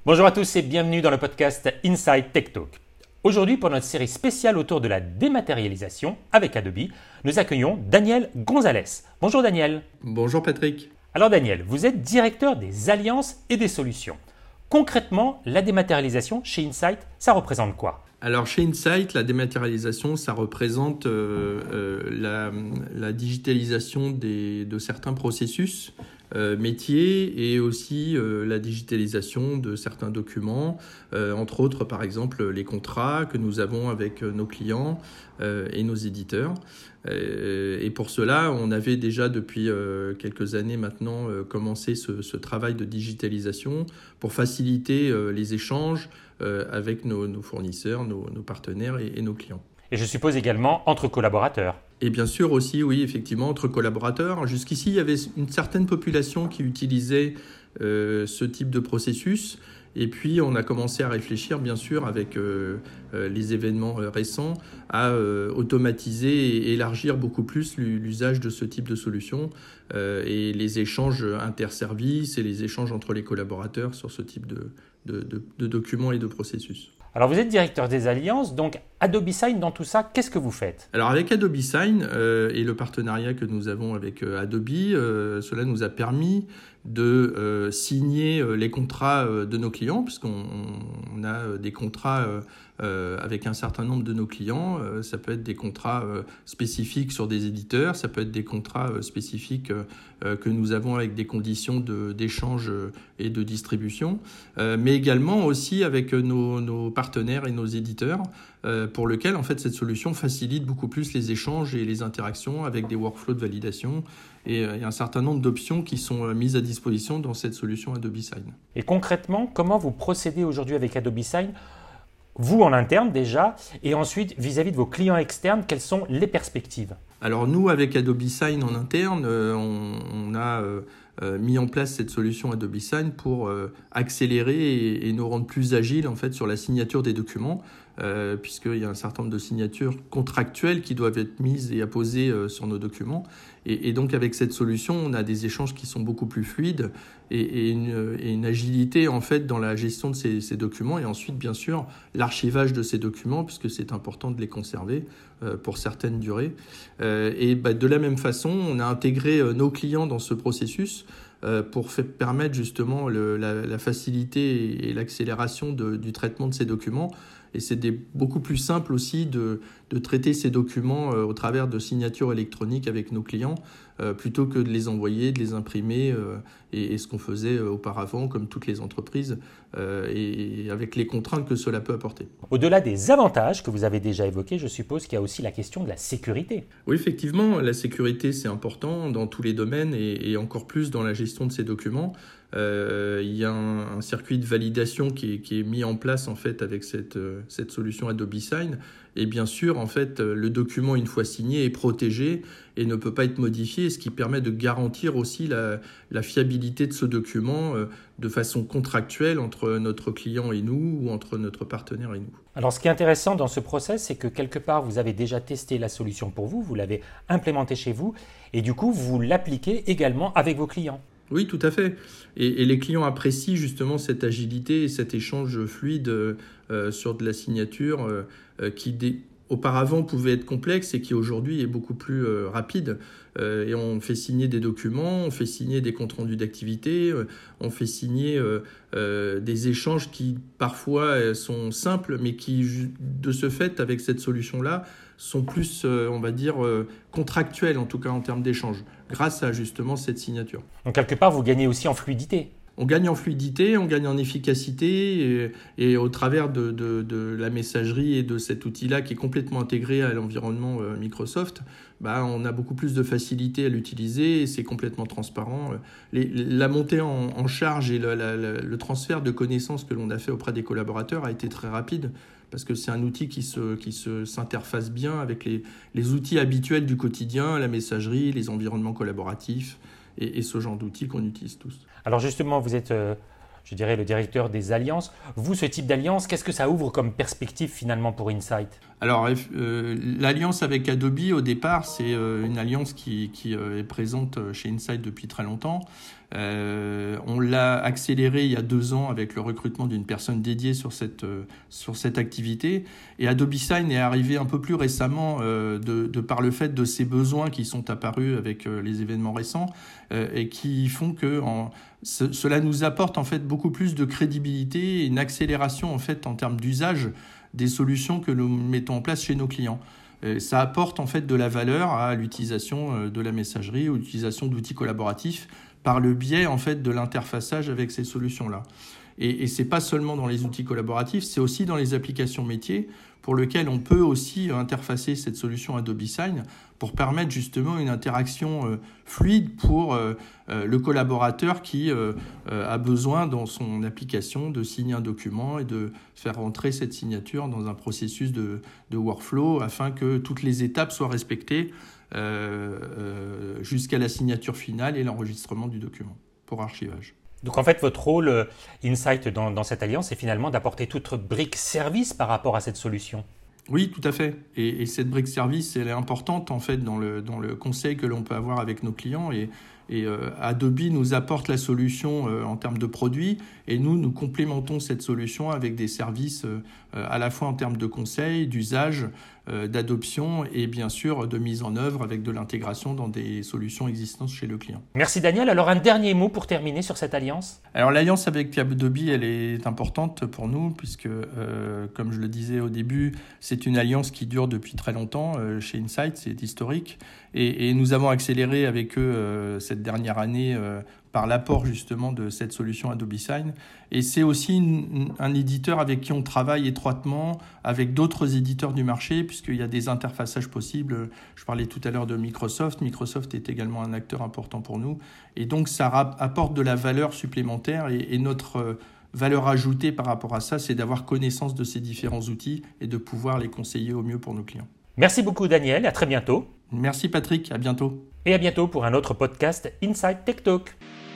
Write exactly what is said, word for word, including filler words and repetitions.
Bonjour à tous et bienvenue dans le podcast Inside Tech Talk. Aujourd'hui, pour notre série spéciale autour de la dématérialisation avec Adobe, nous accueillons Daniel Gonzalez. Bonjour Daniel. Bonjour Patrick. Alors Daniel, vous êtes directeur des alliances et des solutions. Concrètement, la dématérialisation chez Insight, ça représente quoi ? Alors chez Insight, la dématérialisation, ça représente euh, euh, la, la digitalisation des, de certains processus euh, métiers et aussi euh, la digitalisation de certains documents, euh, entre autres par exemple les contrats que nous avons avec nos clients euh, et nos éditeurs. Euh, et pour cela, on avait déjà depuis euh, quelques années maintenant euh, commencé ce, ce travail de digitalisation pour faciliter euh, les échanges euh, avec nos, nos fournisseurs, nos, nos partenaires et, et nos clients. Et je suppose également entre collaborateurs. Et bien sûr aussi, oui, effectivement, entre collaborateurs. Jusqu'ici, il y avait une certaine population qui utilisait euh, ce type de processus. Et puis, on a commencé à réfléchir, bien sûr, avec euh, euh, les événements euh, récents, à euh, automatiser et élargir beaucoup plus l'usage de ce type de solution euh, et les échanges interservices et les échanges entre les collaborateurs sur ce type de, de, de, de documents et de processus. Alors vous êtes directeur des alliances, donc Adobe Sign dans tout ça, qu'est-ce que vous faites ? Alors avec Adobe Sign euh, et le partenariat que nous avons avec euh, Adobe, euh, cela nous a permis de euh, signer euh, les contrats euh, de nos clients, puisqu'on on a euh, des contrats euh, euh, avec un certain nombre de nos clients. Euh, ça peut être des contrats euh, spécifiques sur des éditeurs, ça peut être des contrats euh, spécifiques euh, que nous avons avec des conditions de, d'échange et de distribution, euh, mais également aussi avec nos, nos partenaires et nos éditeurs, euh, pour lequel en fait cette solution facilite beaucoup plus les échanges et les interactions avec des workflows de validation et, et un certain nombre d'options qui sont mises à disposition dans cette solution Adobe Sign. Et concrètement, comment vous procédez aujourd'hui avec Adobe Sign ? Vous en interne déjà, et ensuite vis-à-vis de vos clients externes, quelles sont les perspectives ? Alors nous, avec Adobe Sign en interne, euh, on, on a euh, euh, mis en place cette solution Adobe Sign pour euh, accélérer et, et nous rendre plus agiles en fait sur la signature des documents. Euh, puisqu'il y a un certain nombre de signatures contractuelles qui doivent être mises et apposées euh, sur nos documents. Et, et donc avec cette solution, on a des échanges qui sont beaucoup plus fluides et, et, une, et une agilité en fait dans la gestion de ces, ces documents. Et ensuite, bien sûr, l'archivage de ces documents, puisque c'est important de les conserver euh, pour certaines durées. Euh, et bah, de la même façon, on a intégré euh, nos clients dans ce processus euh, pour faire, permettre justement le, la, la facilité et, et l'accélération de, du traitement de ces documents. Et c'est des, beaucoup plus simple aussi de, de traiter ces documents euh, au travers de signatures électroniques avec nos clients, euh, plutôt que de les envoyer, de les imprimer, euh, et, et ce qu'on faisait euh, auparavant, comme toutes les entreprises, euh, et, et avec les contraintes que cela peut apporter. Au-delà des avantages que vous avez déjà évoqués, je suppose qu'il y a aussi la question de la sécurité. Oui, effectivement, la sécurité, c'est important dans tous les domaines et, et encore plus dans la gestion de ces documents. Euh, il y a un, un circuit de validation qui est, qui est mis en place en fait avec cette, cette solution Adobe Sign. Et bien sûr, en fait, le document, une fois signé, est protégé et ne peut pas être modifié, ce qui permet de garantir aussi la, la fiabilité de ce document euh, de façon contractuelle entre notre client et nous ou entre notre partenaire et nous. Alors, ce qui est intéressant dans ce process, c'est que quelque part, vous avez déjà testé la solution pour vous, vous l'avez implémentée chez vous et du coup, vous l'appliquez également avec vos clients. Oui, tout à fait. Et, et les clients apprécient justement cette agilité et cet échange fluide euh, sur de la signature euh, qui, dé, auparavant, pouvait être complexe et qui aujourd'hui est beaucoup plus euh, rapide. Euh, et on fait signer des documents, on fait signer des comptes rendus d'activité, euh, on fait signer euh, euh, des échanges qui parfois sont simples, mais qui, de ce fait, avec cette solution-là, sont plus, euh, on va dire, euh, contractuels, en tout cas en termes d'échange, grâce à justement cette signature. Donc quelque part, vous gagnez aussi en fluidité. On gagne en fluidité, on gagne en efficacité et, et au travers de, de, de la messagerie et de cet outil-là qui est complètement intégré à l'environnement euh, Microsoft, bah, on a beaucoup plus de facilité à l'utiliser et c'est complètement transparent. Les, la montée en, en charge et le, la, la, le transfert de connaissances que l'on a fait auprès des collaborateurs a été très rapide parce que c'est un outil qui, se, qui se, s'interface bien avec les, les outils habituels du quotidien, la messagerie, les environnements collaboratifs. Et, et ce genre d'outils qu'on utilise tous. Alors justement, vous êtes, euh, je dirais, le directeur des alliances. Vous, ce type d'alliance, qu'est-ce que ça ouvre comme perspective finalement pour Insight ? Alors, euh, l'alliance avec Adobe, au départ, c'est euh, une alliance qui, qui euh, est présente chez Insight depuis très longtemps. Euh, on l'a accéléré il y a deux ans avec le recrutement d'une personne dédiée sur cette, euh, sur cette activité. Et Adobe Sign est arrivé un peu plus récemment euh, de, de par le fait de ces besoins qui sont apparus avec euh, les événements récents euh, et qui font que en, ce, cela nous apporte en fait beaucoup plus de crédibilité et une accélération en fait en termes d'usage des solutions que nous mettons en place chez nos clients. Et ça apporte en fait de la valeur à l'utilisation de la messagerie ou l'utilisation d'outils collaboratifs par le biais en fait de l'interfaçage avec ces solutions-là. Et, et c'est pas seulement dans les outils collaboratifs, c'est aussi dans les applications métiers pour lesquelles on peut aussi interfacer cette solution Adobe Sign pour permettre justement une interaction euh, fluide pour euh, euh, le collaborateur qui euh, euh, a besoin dans son application de signer un document et de faire rentrer cette signature dans un processus de, de workflow afin que toutes les étapes soient respectées euh, euh, jusqu'à la signature finale et l'enregistrement du document pour archivage. Donc en fait, votre rôle euh, Insight dans, dans cette alliance, c'est finalement d'apporter toute brique service par rapport à cette solution. Oui, tout à fait. Et, et cette brique service, elle est importante en fait dans le, dans le conseil que l'on peut avoir avec nos clients. Et, et euh, Adobe nous apporte la solution euh, en termes de produits et nous, nous complémentons cette solution avec des services euh, à la fois en termes de conseil, d'usage, euh, d'adoption et bien sûr de mise en œuvre avec de l'intégration dans des solutions existantes chez le client. Merci Daniel. Alors un dernier mot pour terminer sur cette alliance. Alors l'alliance avec Adobe, elle est importante pour nous puisque, euh, comme je le disais au début, c'est une alliance qui dure depuis très longtemps euh, chez Insight, c'est historique. Et, et nous avons accéléré avec eux euh, cette dernière année euh, par l'apport justement de cette solution Adobe Sign. Et c'est aussi une, un éditeur avec qui on travaille étroitement, avec d'autres éditeurs du marché, puisqu'il y a des interfaçages possibles. Je parlais tout à l'heure de Microsoft. Microsoft est également un acteur important pour nous. Et donc, ça rap- apporte de la valeur supplémentaire. Et, et notre euh, valeur ajoutée par rapport à ça, c'est d'avoir connaissance de ces différents outils et de pouvoir les conseiller au mieux pour nos clients. Merci beaucoup Daniel, à très bientôt. Merci Patrick, à bientôt. Et à bientôt pour un autre podcast Insight Tech Talk.